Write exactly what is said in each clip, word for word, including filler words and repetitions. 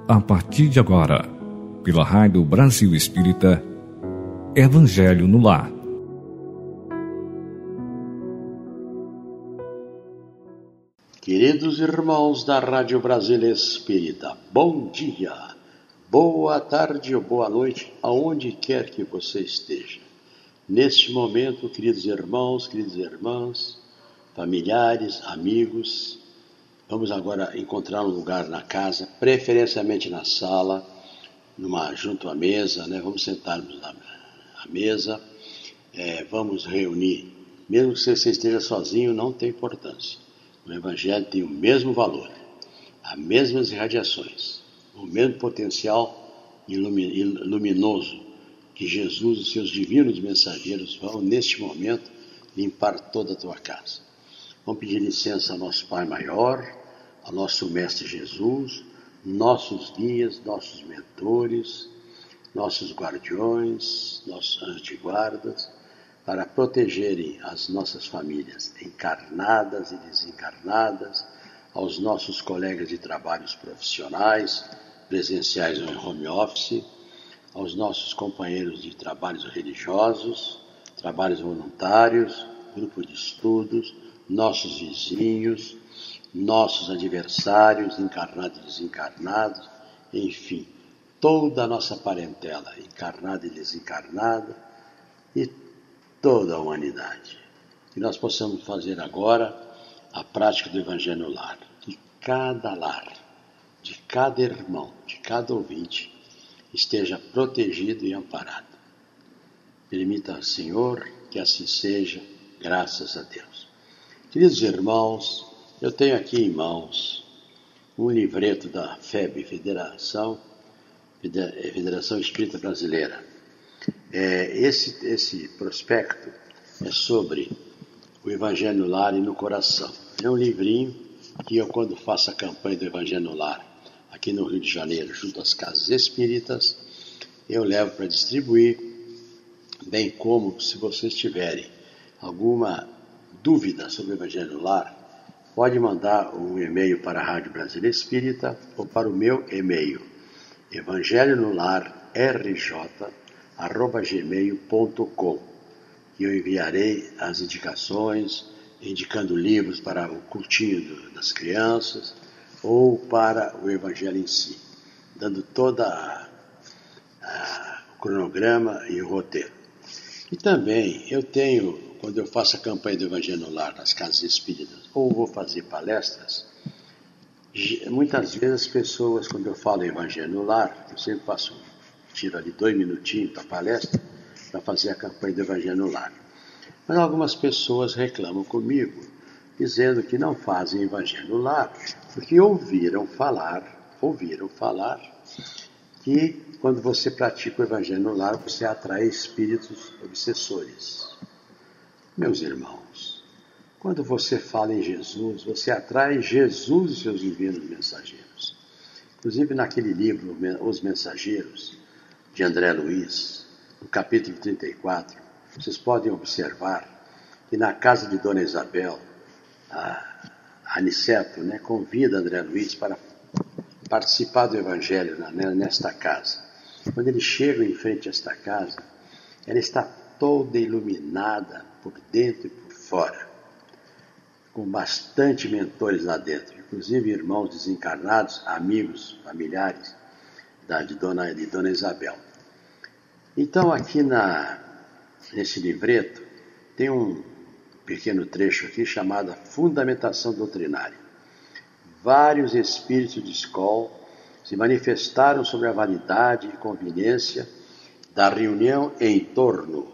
A partir de agora, pela Rádio Brasil Espírita, Evangelho no Lar. Queridos irmãos da Rádio Brasil Espírita, bom dia, boa tarde ou boa noite, aonde quer que você esteja. Neste momento, queridos irmãos, queridas irmãs, familiares, amigos, vamos agora encontrar um lugar na casa, preferencialmente na sala, numa, junto à mesa, né? Vamos sentarmos na à mesa, é, vamos reunir, mesmo que você esteja sozinho, não tem importância. O Evangelho tem o mesmo valor, as mesmas irradiações, o mesmo potencial luminoso que Jesus e seus divinos mensageiros vão, neste momento, limpar toda a tua casa. Vamos pedir licença ao nosso Pai Maior, ao nosso Mestre Jesus, nossos guias, nossos mentores, nossos guardiões, nossos anjos de guardas, para protegerem as nossas famílias encarnadas e desencarnadas, aos nossos colegas de trabalhos profissionais, presenciais ou em home office, aos nossos companheiros de trabalhos religiosos, trabalhos voluntários, grupo de estudos, nossos vizinhos, nossos adversários, encarnados e desencarnados, enfim, toda a nossa parentela, encarnada e desencarnada, e toda a humanidade. Que nós possamos fazer agora a prática do Evangelho no lar. Que cada lar, de cada irmão, de cada ouvinte, esteja protegido e amparado. Permita, Senhor, que assim seja, graças a Deus. Queridos irmãos, eu tenho aqui em mãos um livreto da F E B, Federação, Federação Espírita Brasileira. É, esse, esse prospecto é sobre o Evangelho no Lar e no Coração. É um livrinho que eu, quando faço a campanha do Evangelho no Lar, aqui no Rio de Janeiro, junto às casas espíritas, eu levo para distribuir, bem como, se vocês tiverem alguma dúvida sobre o Evangelho no Lar, pode mandar um e-mail para a Rádio Brasil Espírita ou para o meu e-mail, evangelho no lar r j arroba gmail ponto com, que eu enviarei as indicações, indicando livros para o cultinho das crianças ou para o Evangelho em si, dando todo o cronograma e o roteiro. E também eu tenho, quando eu faço a campanha do Evangelho no Lar nas casas espíritas, ou vou fazer palestras, muitas vezes as pessoas, quando eu falo Evangelho no Lar, eu sempre faço, tiro ali dois minutinhos para a palestra, para fazer a campanha do Evangelho no Lar. Mas algumas pessoas reclamam comigo, dizendo que não fazem Evangelho no Lar, porque ouviram falar, ouviram falar, que quando você pratica o Evangelho no Lar, você atrai espíritos obsessores. Meus irmãos, quando você fala em Jesus, você atrai Jesus e seus divinos mensageiros. Inclusive naquele livro, Os Mensageiros, de André Luiz, no capítulo trinta e quatro, vocês podem observar que na casa de Dona Isabel, a Aniceto, né, convida André Luiz para participar do Evangelho nesta casa. Quando eles chegam em frente a esta casa, ela está toda iluminada por dentro e por fora, com bastante mentores lá dentro, inclusive irmãos desencarnados, amigos, familiares da, de, Dona, de Dona Isabel. Então aqui na, nesse livreto tem um pequeno trecho aqui chamado Fundamentação Doutrinária. Vários espíritos de escola se manifestaram sobre a validade e conveniência da reunião em torno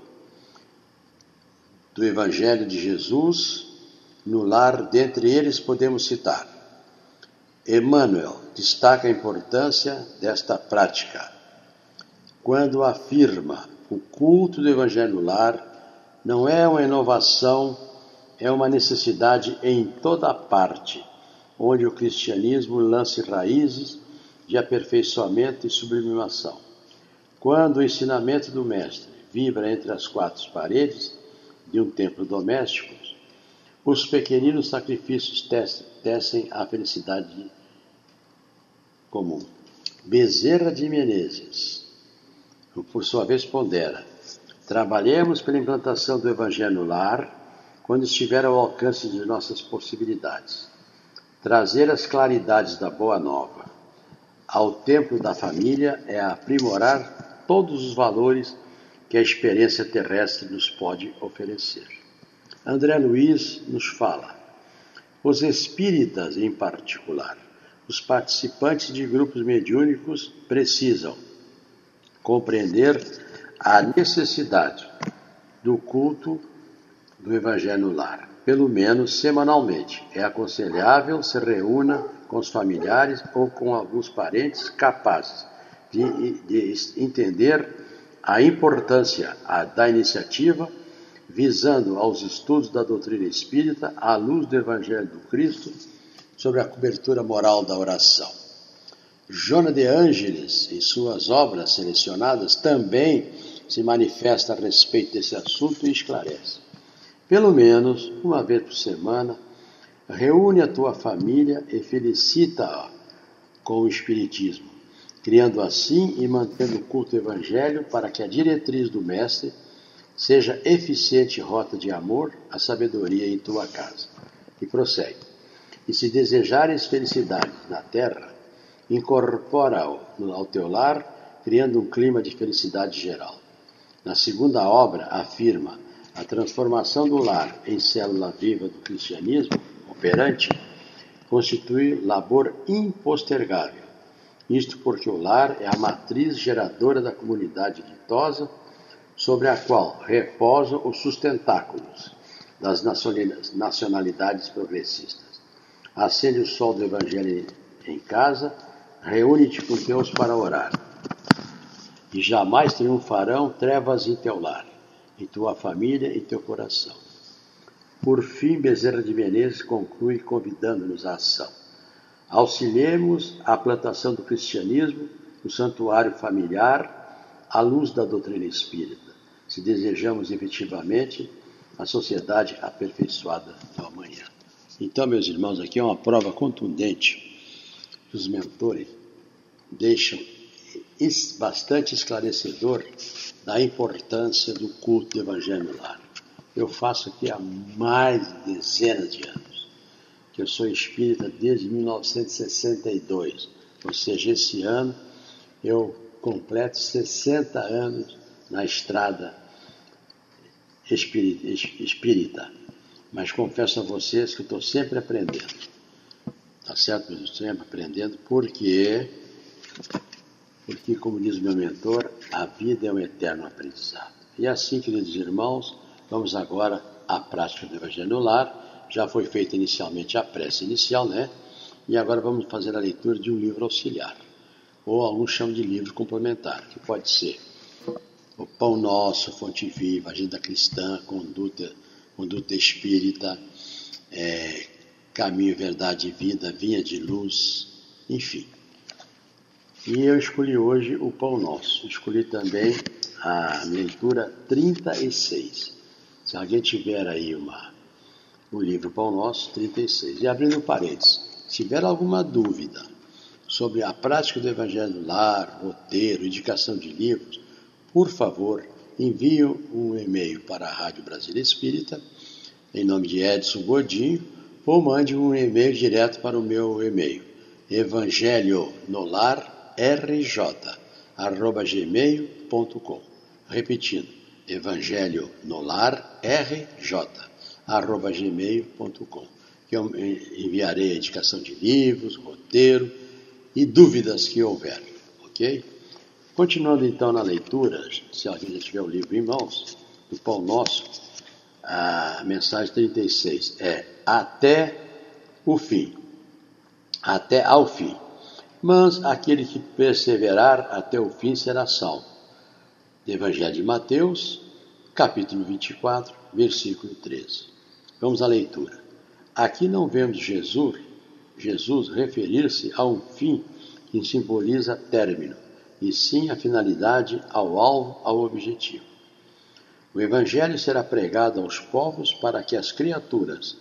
do Evangelho de Jesus no lar. Dentre eles podemos citar Emmanuel, destaca a importância desta prática, quando afirma o culto do Evangelho no lar não é uma inovação, é uma necessidade em toda parte, onde o cristianismo lance raízes de aperfeiçoamento e sublimação. Quando o ensinamento do Mestre vibra entre as quatro paredes de um templo doméstico, os pequeninos sacrifícios tecem a felicidade comum. Bezerra de Menezes, por sua vez, pondera: trabalhemos pela implantação do Evangelho no lar, quando estiver ao alcance de nossas possibilidades. Trazer as claridades da Boa Nova ao templo da família é aprimorar todos os valores que a experiência terrestre nos pode oferecer. André Luiz nos fala: os espíritas, em particular, os participantes de grupos mediúnicos, precisam compreender a necessidade do culto do Evangelho no lar. Pelo menos semanalmente. É aconselhável se reúna com os familiares ou com alguns parentes capazes de, de entender a importância da iniciativa, visando aos estudos da doutrina espírita à luz do Evangelho do Cristo sobre a cobertura moral da oração. Joana de Ângeles, em suas obras selecionadas, também se manifesta a respeito desse assunto e esclarece: pelo menos uma vez por semana, reúne a tua família e felicita-a com o Espiritismo, criando assim e mantendo o culto ao Evangelho para que a diretriz do Mestre seja eficiente rota de amor, a sabedoria em tua casa. E prossegue: e se desejares felicidade na terra, incorpora-o ao teu lar, criando um clima de felicidade geral. Na segunda obra, afirma: a transformação do lar em célula viva do cristianismo operante constitui labor impostergável. Isto porque o lar é a matriz geradora da comunidade ditosa, sobre a qual reposam os sustentáculos das nacionalidades progressistas. Acende o sol do Evangelho em casa, reúne-te com Deus para orar, e jamais triunfarão trevas em teu lar, em tua família e teu coração. Por fim, Bezerra de Menezes conclui convidando-nos à ação. Auxiliemos a plantação do cristianismo no santuário familiar à luz da doutrina espírita, se desejamos efetivamente a sociedade aperfeiçoada do amanhã. Então, meus irmãos, aqui é uma prova contundente que os mentores deixam bastante esclarecedor da importância do culto do Evangelho no lar. Eu faço aqui há mais de dezenas de anos, que eu sou espírita desde mil novecentos e sessenta e dois, ou seja, esse ano eu completo sessenta anos na estrada espírita. Mas confesso a vocês que estou sempre aprendendo. Tá certo? Eu estou sempre aprendendo porque, porque, como diz o meu mentor, a vida é um eterno aprendizado. E assim, queridos irmãos, vamos agora à prática do Evangelho no lar. Já foi feita inicialmente a prece inicial, né? E agora vamos fazer a leitura de um livro auxiliar, ou alguns chamam de livro complementar, que pode ser O Pão Nosso, Fonte Viva, Agenda Cristã, Conduta, Conduta Espírita, é, Caminho, Verdade e Vida, Vinha de Luz, enfim. E eu escolhi hoje o Pão Nosso. Escolhi também a leitura trinta e seis. Se alguém tiver aí uma, o livro Pão Nosso, trinta e seis. E abrindo parênteses, se tiver alguma dúvida sobre a prática do Evangelho no lar, roteiro, indicação de livros, por favor, envie um e-mail para a Rádio Brasília Espírita, em nome de Edson Godinho, ou mande um e-mail direto para o meu e-mail, evangelionolarrj, arroba gmail ponto com. Repetindo, evangelionolarrj, arroba gmail ponto com. Que eu enviarei a indicação de livros, roteiro e dúvidas que houver, ok? Continuando então na leitura, se alguém já tiver o livro em mãos, do Pão Nosso, a mensagem trinta e seis é até o fim, até ao fim. Mas aquele que perseverar até o fim será salvo. Do Evangelho de Mateus, capítulo vinte e quatro, versículo treze. Vamos à leitura. Aqui não vemos Jesus, Jesus referir-se a um fim que simboliza término, e sim a finalidade, ao alvo, ao objetivo. O Evangelho será pregado aos povos para que as criaturas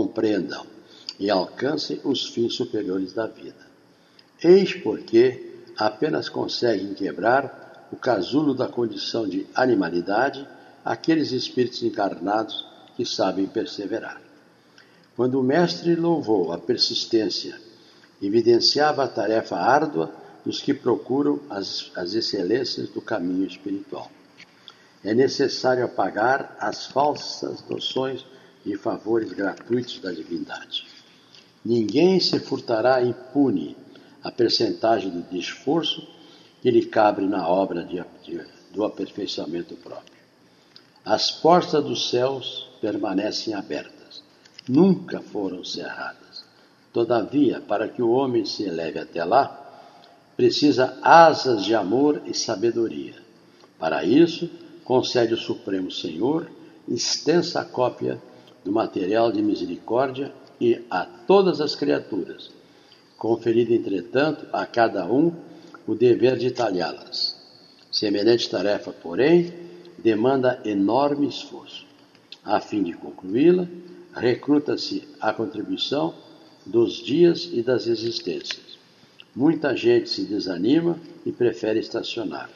compreendam e alcancem os fins superiores da vida. Eis porque apenas conseguem quebrar o casulo da condição de animalidade aqueles espíritos encarnados que sabem perseverar. Quando o mestre louvou a persistência, evidenciava a tarefa árdua dos que procuram as, as excelências do caminho espiritual. É necessário apagar as falsas noções de favores gratuitos da divindade. Ninguém se furtará impune a percentagem de esforço que lhe cabe na obra de, de, do aperfeiçoamento próprio. As portas dos céus permanecem abertas, nunca foram cerradas. Todavia, para que o homem se eleve até lá, precisa asas de amor e sabedoria. Para isso, concede o Supremo Senhor extensa cópia do material de misericórdia e a todas as criaturas, conferido, entretanto, a cada um o dever de talhá-las. Semelhante tarefa, porém, demanda enorme esforço. A fim de concluí-la, recruta-se a contribuição dos dias e das existências. Muita gente se desanima e prefere estacionar.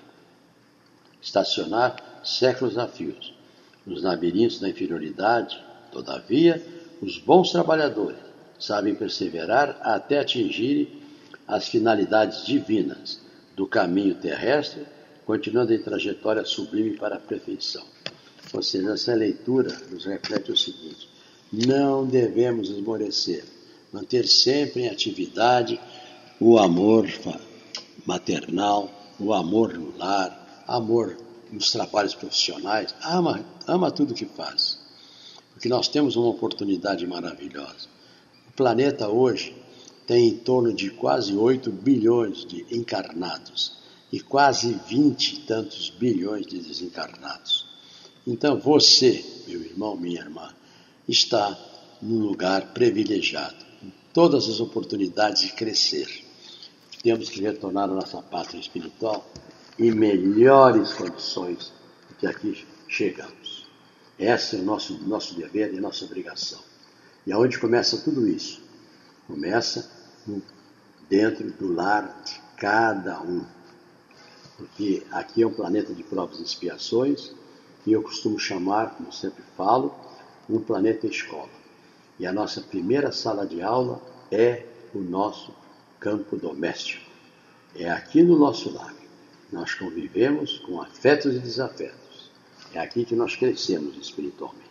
Estacionar séculos a fios. Nos labirintos da inferioridade, todavia, os bons trabalhadores sabem perseverar até atingirem as finalidades divinas do caminho terrestre, continuando em trajetória sublime para a perfeição. Ou seja, essa leitura nos reflete o seguinte: não devemos esmorecer, manter sempre em atividade o amor maternal, o amor no lar, amor nos trabalhos profissionais, ama, ama tudo que faz, porque nós temos uma oportunidade maravilhosa. O planeta hoje tem em torno de quase oito bilhões de encarnados e quase vinte e tantos bilhões de desencarnados. Então você, meu irmão, minha irmã, está num lugar privilegiado, com todas as oportunidades de crescer. Temos que retornar à nossa pátria espiritual em melhores condições do que aqui chegamos. Esse é o nosso, nosso dever e nossa obrigação. E aonde começa tudo isso? Começa dentro do lar de cada um. Porque aqui é um planeta de provas e expiações, que eu costumo chamar, como sempre falo, um planeta escola. E a nossa primeira sala de aula é o nosso campo doméstico. É aqui no nosso lar. Nós convivemos com afetos e desafetos. É aqui que nós crescemos espiritualmente.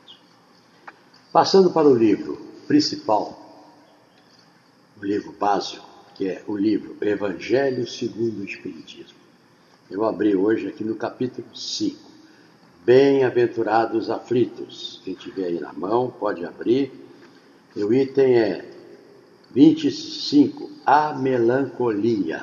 Passando para o livro principal, o livro básico, que é o livro Evangelho segundo o Espiritismo. Eu abri hoje aqui no capítulo cinco. Bem-aventurados aflitos. Quem tiver aí na mão pode abrir. E o item é vinte e cinco, a melancolia.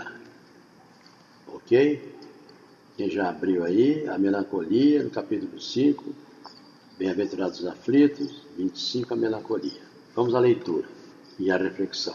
Ok? Quem já abriu aí, a melancolia, no capítulo cinco, bem-aventurados aflitos, vinte e cinco, a melancolia. Vamos à leitura e à reflexão.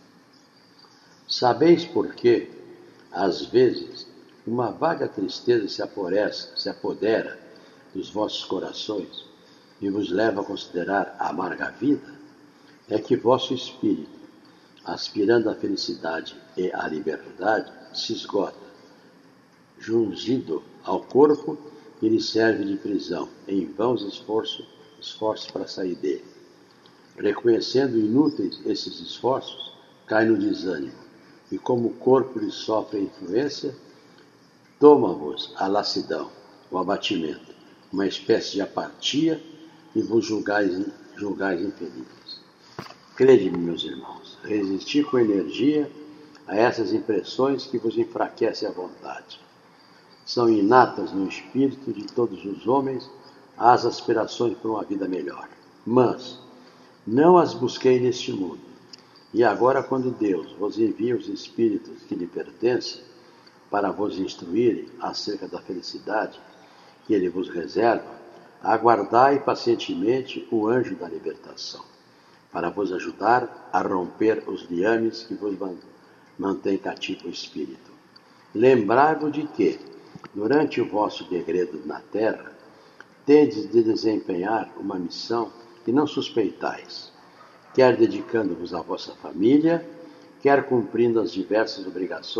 Sabeis por que, às vezes, uma vaga tristeza se apodera, se apodera dos vossos corações e vos leva a considerar a amarga vida? É que vosso espírito, aspirando à felicidade e à liberdade, se esgota, jungido ao corpo que lhe serve de prisão, em vãos esforços, esforços para sair dele. Reconhecendo inúteis esses esforços, cai no desânimo, e como o corpo lhe sofre a influência, toma-vos a lassidão, o abatimento, uma espécie de apatia, e vos julgais, julgais infelizes. Crede-me, meus irmãos, resistir com energia a essas impressões que vos enfraquecem a vontade. São inatas no espírito de todos os homens as aspirações por uma vida melhor. Mas não as busquei neste mundo. E agora, quando Deus vos envia os espíritos que lhe pertencem para vos instruírem acerca da felicidade que ele vos reserva, aguardai pacientemente o anjo da libertação, para vos ajudar a romper os liames que vos mantém cativo o espírito. Lembrai-vos de que, durante o vosso degredo na terra, tendes de desempenhar uma missão que não suspeitais, quer dedicando-vos à vossa família, quer cumprindo as diversas obrigações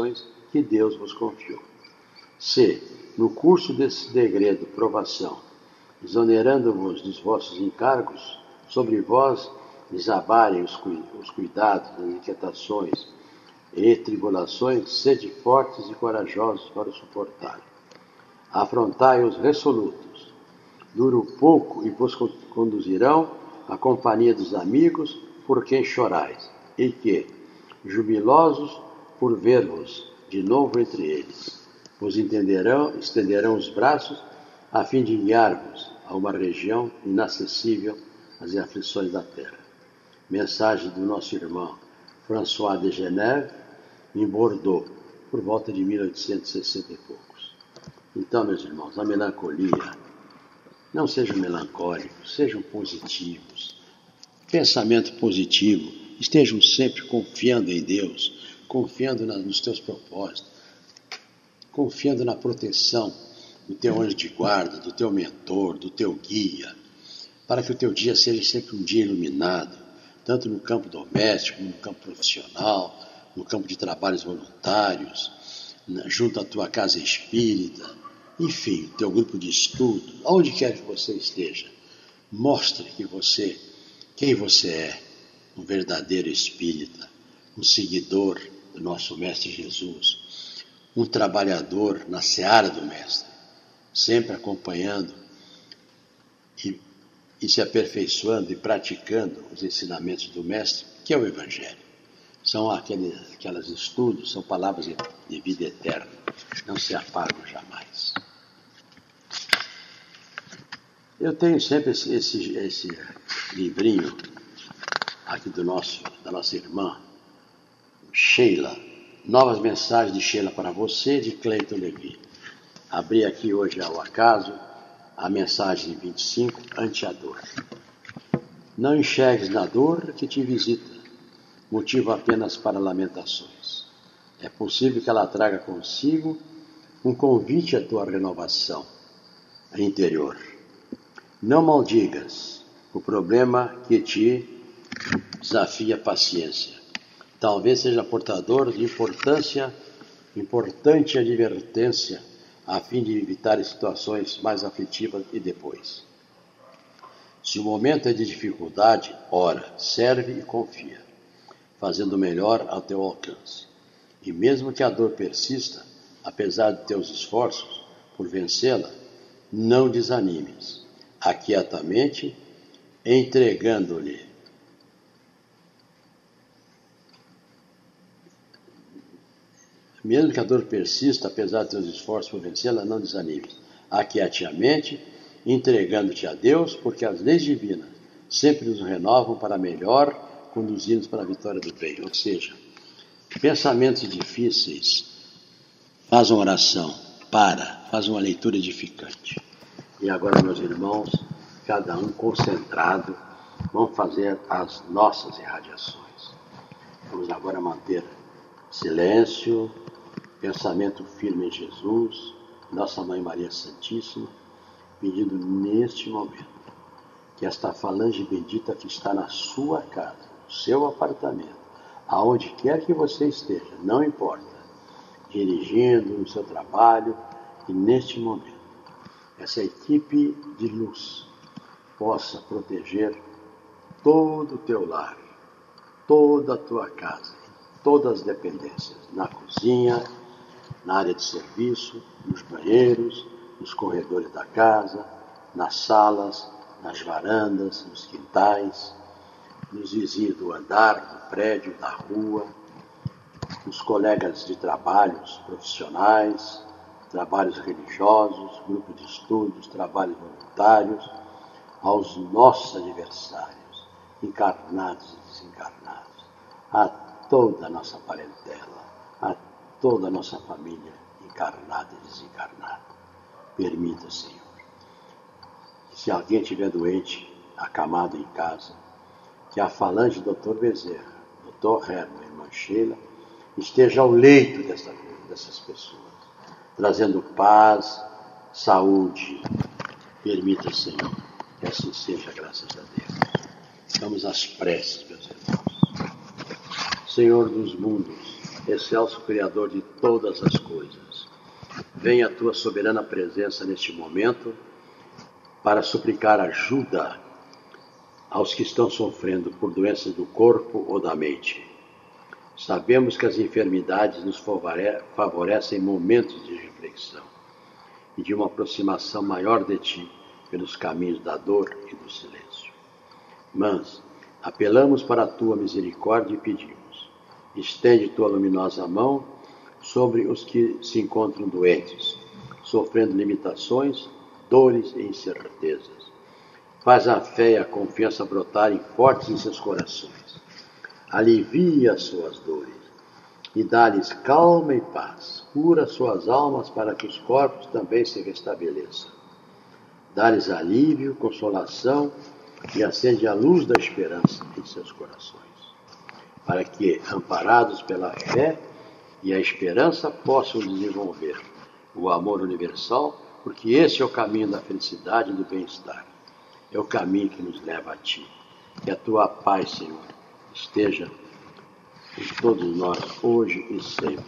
que Deus vos confiou. Se, no curso desse degredo, provação, exonerando-vos dos vossos encargos, sobre vós desabarem os, cu os cuidados, as inquietações e tribulações, sede fortes e corajosos para o suportar. Afrontai os resolutos. Duro pouco e vos conduzirão à companhia dos amigos por quem chorais, e que, jubilosos por ver-vos de novo entre eles, vos entenderão, estenderão os braços a fim de guiar-vos a uma região inacessível às aflições da terra. Mensagem do nosso irmão François de Geneve, em Bordeaux, por volta de mil oitocentos e sessenta e poucos. Então, meus irmãos, a melancolia, não sejam melancólicos, sejam positivos. Pensamento positivo, estejam sempre confiando em Deus, confiando na, nos teus propósitos, confiando na proteção do teu anjo de guarda, do teu mentor, do teu guia, para que o teu dia seja sempre um dia iluminado, tanto no campo doméstico, como no campo profissional, no campo de trabalhos voluntários, junto à tua casa espírita, enfim, o teu grupo de estudo, aonde quer que você esteja. Mostre que você, quem você é, um verdadeiro espírita, um seguidor do nosso Mestre Jesus, um trabalhador na seara do Mestre, sempre acompanhando e, e se aperfeiçoando e praticando os ensinamentos do Mestre, que é o Evangelho. São aqueles, aquelas estudos, são palavras de vida eterna, não se apagam jamais. Eu tenho sempre esse, esse, esse livrinho aqui do nosso, da nossa irmã Sheila, Novas Mensagens de Sheila para Você, de Cleiton Levi. Abri aqui hoje ao acaso a mensagem vinte e cinco, ante a dor. Não enxergues na dor que te visita, motivo apenas para lamentações. É possível que ela traga consigo um convite à tua renovação interior. Não maldigas o problema que te desafia a paciência. Talvez seja portador de importância, importante advertência a fim de evitar situações mais aflitivas e depois. Se o momento é de dificuldade, ora, serve e confia, fazendo o melhor ao teu alcance. E mesmo que a dor persista, apesar de teus esforços por vencê-la, não desanimes, aquietamente, entregando-lhe Mesmo que a dor persista, apesar de teus esforços por vencê-la, não desanimes. Aquietamente, entregando-te a Deus, porque as leis divinas sempre nos renovam para melhor, conduzindo-nos para a vitória do bem. Ou seja, pensamentos difíceis, faz uma oração, para, faz uma leitura edificante. E agora, meus irmãos, cada um concentrado, vamos fazer as nossas irradiações. Vamos agora manter silêncio, pensamento firme em Jesus, Nossa Mãe Maria Santíssima, pedindo neste momento que esta falange bendita que está na sua casa, no seu apartamento, aonde quer que você esteja, não importa, dirigindo no seu trabalho, e neste momento, essa equipe de luz possa proteger todo o teu lar, toda a tua casa, todas as dependências, na cozinha, na área de serviço, nos banheiros, nos corredores da casa, nas salas, nas varandas, nos quintais, nos vizinhos do andar, do prédio, da rua, nos colegas de trabalhos profissionais, trabalhos religiosos, grupos de estudos, trabalhos voluntários, aos nossos adversários, encarnados e desencarnados, a toda a nossa parentela, a toda a nossa família, encarnada e desencarnada. Permita, Senhor, que se alguém estiver doente, acamado em casa, que a falange do doutor Bezerra, doutor Herman, irmã Sheila, esteja ao leito dessa, dessas pessoas, trazendo paz, saúde. Permita, Senhor, que assim seja, graças a Deus. Vamos às preces, meus irmãos. Senhor dos mundos, excelso Criador de todas as coisas, venha a tua soberana presença neste momento para suplicar ajuda aos que estão sofrendo por doenças do corpo ou da mente. Sabemos que as enfermidades nos favorecem momentos de reflexão e de uma aproximação maior de ti pelos caminhos da dor e do silêncio. Mas apelamos para a tua misericórdia e pedimos: estende tua luminosa mão sobre os que se encontram doentes, sofrendo limitações, dores e incertezas. Faz a fé e a confiança brotarem fortes em seus corações. Alivia as suas dores e dá-lhes calma e paz. Cura suas almas para que os corpos também se restabeleçam. Dá-lhes alívio, consolação e acende a luz da esperança em seus corações, para que, amparados pela fé e a esperança, possam desenvolver o amor universal, porque esse é o caminho da felicidade e do bem-estar. É o caminho que nos leva a ti. Que a tua paz, Senhor, esteja com todos nós, hoje e sempre.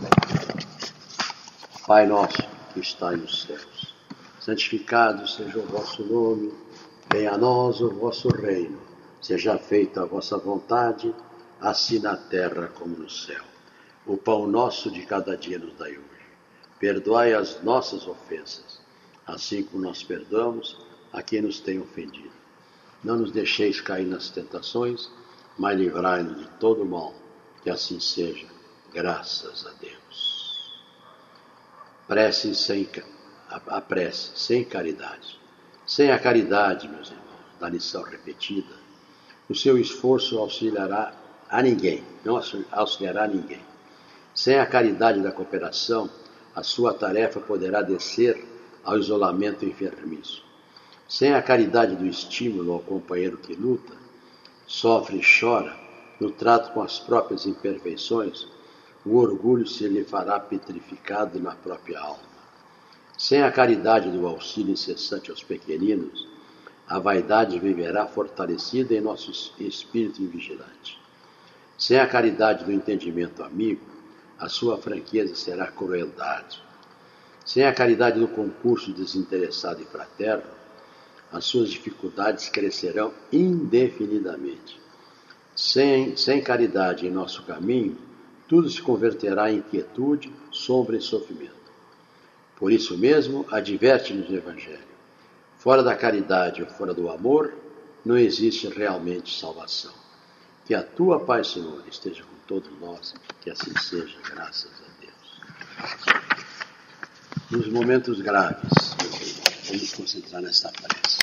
Pai nosso que está nos céus, santificado seja o vosso nome, venha a nós o vosso reino, seja feita a vossa vontade, assim na terra como no céu. O pão nosso de cada dia nos dai hoje. Perdoai as nossas ofensas, assim como nós perdoamos a quem nos tem ofendido. Não nos deixeis cair nas tentações, mas livrai-nos de todo mal, que assim seja, graças a Deus. Prece sem, a, a prece sem caridade. Sem a caridade, meus irmãos, da lição repetida, o seu esforço auxiliará a ninguém, não auxiliará a ninguém. Sem a caridade da cooperação, a sua tarefa poderá descer ao isolamento enfermiço. Sem a caridade do estímulo ao companheiro que luta, sofre e chora, no trato com as próprias imperfeições, o orgulho se lhe fará petrificado na própria alma. Sem a caridade do auxílio incessante aos pequeninos, a vaidade viverá fortalecida em nosso espírito invigilante. Sem a caridade do entendimento amigo, a sua franqueza será crueldade. Sem a caridade do concurso desinteressado e fraterno, as suas dificuldades crescerão indefinidamente. Sem, sem caridade em nosso caminho, tudo se converterá em inquietude, sombra e sofrimento. Por isso mesmo, adverte-nos o Evangelho. Fora da caridade ou fora do amor, não existe realmente salvação. Que a tua paz, Senhor, esteja com todos nós, que assim seja, graças a Deus. Nos momentos graves, vamos nos concentrar nesta prece.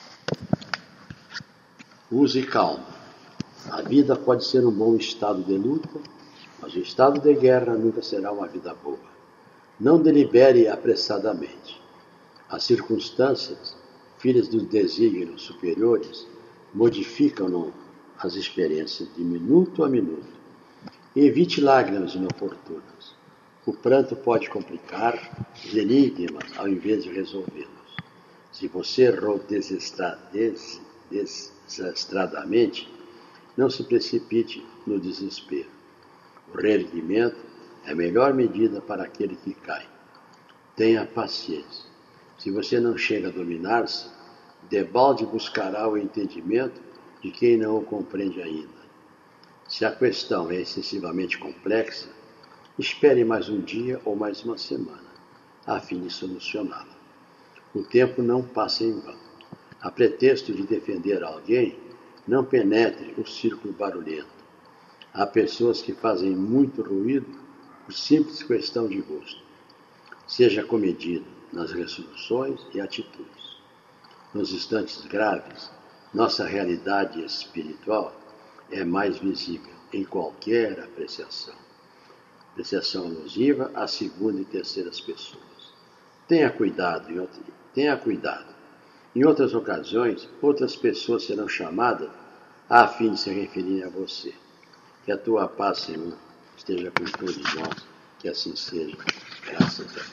Use calma. A vida pode ser um bom estado de luta, mas o estado de guerra nunca será uma vida boa. Não delibere apressadamente. As circunstâncias, filhas dos desígnios superiores, modificam as experiências de minuto a minuto. Evite lágrimas inoportunas. O pranto pode complicar os enigmas ao invés de resolvê-los. Se você errou desestra, des, desastradamente, não se precipite no desespero. O reerguimento é a melhor medida para aquele que cai. Tenha paciência. Se você não chega a dominar-se, debalde buscará o entendimento de quem não o compreende ainda. Se a questão é excessivamente complexa, espere mais um dia ou mais uma semana, a fim de solucioná-la. O tempo não passa em vão. A pretexto de defender alguém, não penetre o círculo barulhento. Há pessoas que fazem muito ruído por simples questão de gosto. Seja comedido nas resoluções e atitudes. Nos instantes graves, nossa realidade espiritual é mais visível em qualquer apreciação. Apreciação alusiva às segunda e terceiras pessoas. Tenha cuidado, em outra, tenha cuidado. Em outras ocasiões, outras pessoas serão chamadas a fim de se referirem a você. Que a tua paz, Senhor, esteja com todos nós, que assim seja, graças a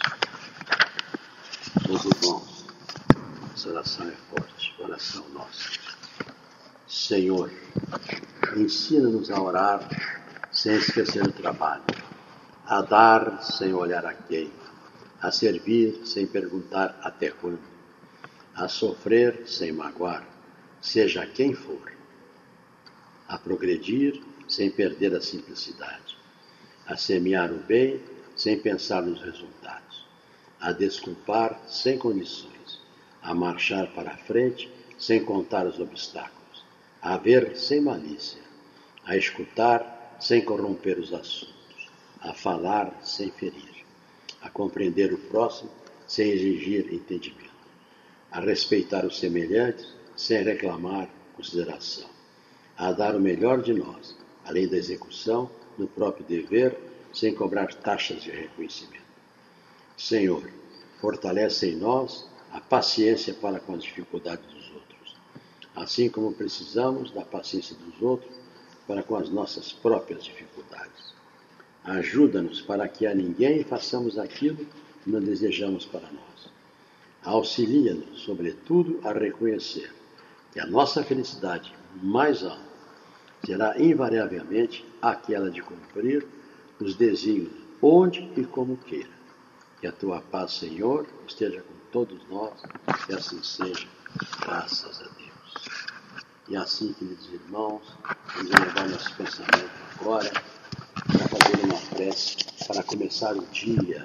Deus. Meus irmãos, essa oração é forte, oração nossa. Senhor, ensina-nos a orar sem esquecer o trabalho, a dar sem olhar a quem, a servir sem perguntar até quando, a sofrer sem magoar, seja quem for, a progredir sem perder a simplicidade, a semear o bem sem pensar nos resultados, a desculpar sem condições, a marchar para a frente sem contar os obstáculos, a ver sem malícia, a escutar sem corromper os assuntos, a falar sem ferir, a compreender o próximo sem exigir entendimento, a respeitar os semelhantes sem reclamar consideração, a dar o melhor de nós, além da execução do próprio dever, sem cobrar taxas de reconhecimento. Senhor, fortalece em nós a paciência para com as dificuldades dos outros, assim como precisamos da paciência dos outros para com as nossas próprias dificuldades. Ajuda-nos para que a ninguém façamos aquilo que não desejamos para nós. Auxilia-nos, sobretudo, a reconhecer que a nossa felicidade mais alta será invariavelmente aquela de cumprir os desígnios onde e como queira. Que a tua paz, Senhor, esteja com todos nós, que assim seja, graças a Deus. E assim, queridos irmãos, vamos elevar nosso pensamento agora para fazer uma prece, para começar o dia.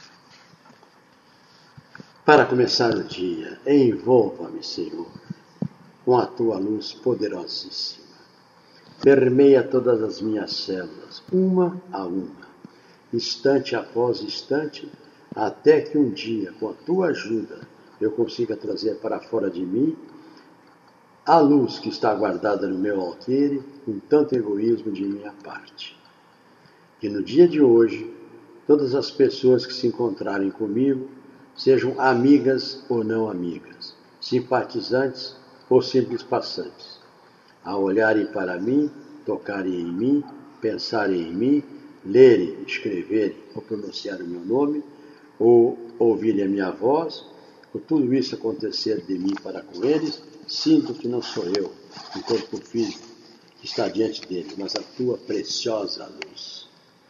Para começar o dia, envolva-me, Senhor, com a tua luz poderosíssima. Permeia todas as minhas células, uma a uma, instante após instante, até que um dia, com a tua ajuda, eu consiga trazer para fora de mim a luz que está guardada no meu alqueire, com tanto egoísmo de minha parte. Que no dia de hoje, todas as pessoas que se encontrarem comigo, sejam amigas ou não amigas, simpatizantes ou simples passantes, a olharem para mim, tocarem em mim, pensarem em mim, lerem, escreverem ou pronunciar o meu nome, ou ouvirem a minha voz, ou tudo isso acontecer de mim para com eles, sinto que não sou eu, o corpo físico que está diante deles, mas a tua preciosa luz.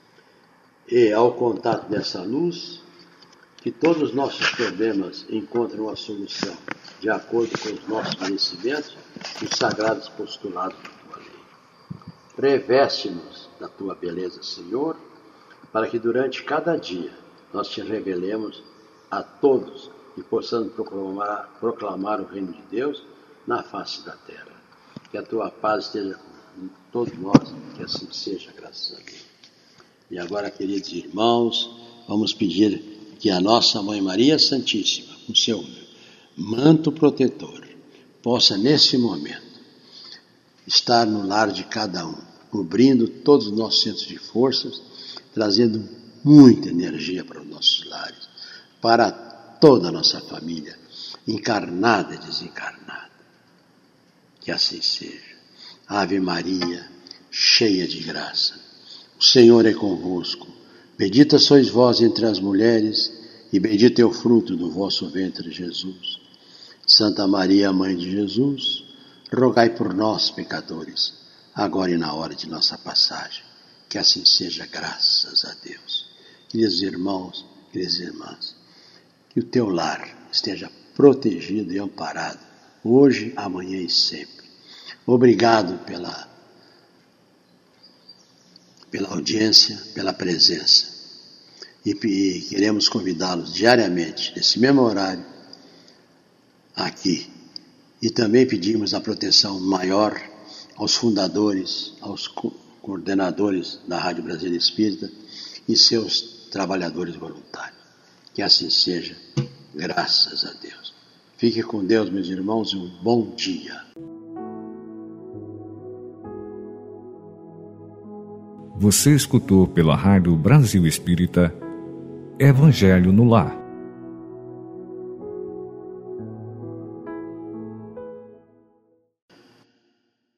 E ao contato dessa luz, que todos os nossos problemas encontrem uma solução de acordo com os nossos merecimentos e os sagrados postulados da tua lei. Reveste-nos da tua beleza, Senhor, para que durante cada dia nós te revelemos a todos e possamos proclamar, proclamar o reino de Deus na face da terra. Que a tua paz esteja com todos nós, que assim seja, graças a Deus. E agora, queridos irmãos, vamos pedir que a nossa Mãe Maria Santíssima, com seu manto protetor, possa nesse momento estar no lar de cada um, cobrindo todos os nossos centros de forças, trazendo muita energia para os nossos lares, para toda a nossa família, encarnada e desencarnada. Que assim seja. Ave Maria, cheia de graça, o Senhor é convosco. Bendita sois vós entre as mulheres, e bendito é o fruto do vosso ventre, Jesus. Santa Maria, Mãe de Jesus, rogai por nós, pecadores, agora e na hora de nossa passagem. Que assim seja, graças a Deus. Queridos irmãos, queridas irmãs, que o teu lar esteja protegido e amparado, hoje, amanhã e sempre. Obrigado pela, pela audiência, pela presença. E, e queremos convidá-los diariamente, nesse mesmo horário, aqui. E também pedimos a proteção maior aos fundadores, aos co- coordenadores da Rádio Brasília Espírita e seus trabalhadores voluntários. Que assim seja, graças a Deus. Fique com Deus, meus irmãos, e um bom dia. Você escutou pela Rádio Brasil Espírita Evangelho no Lar.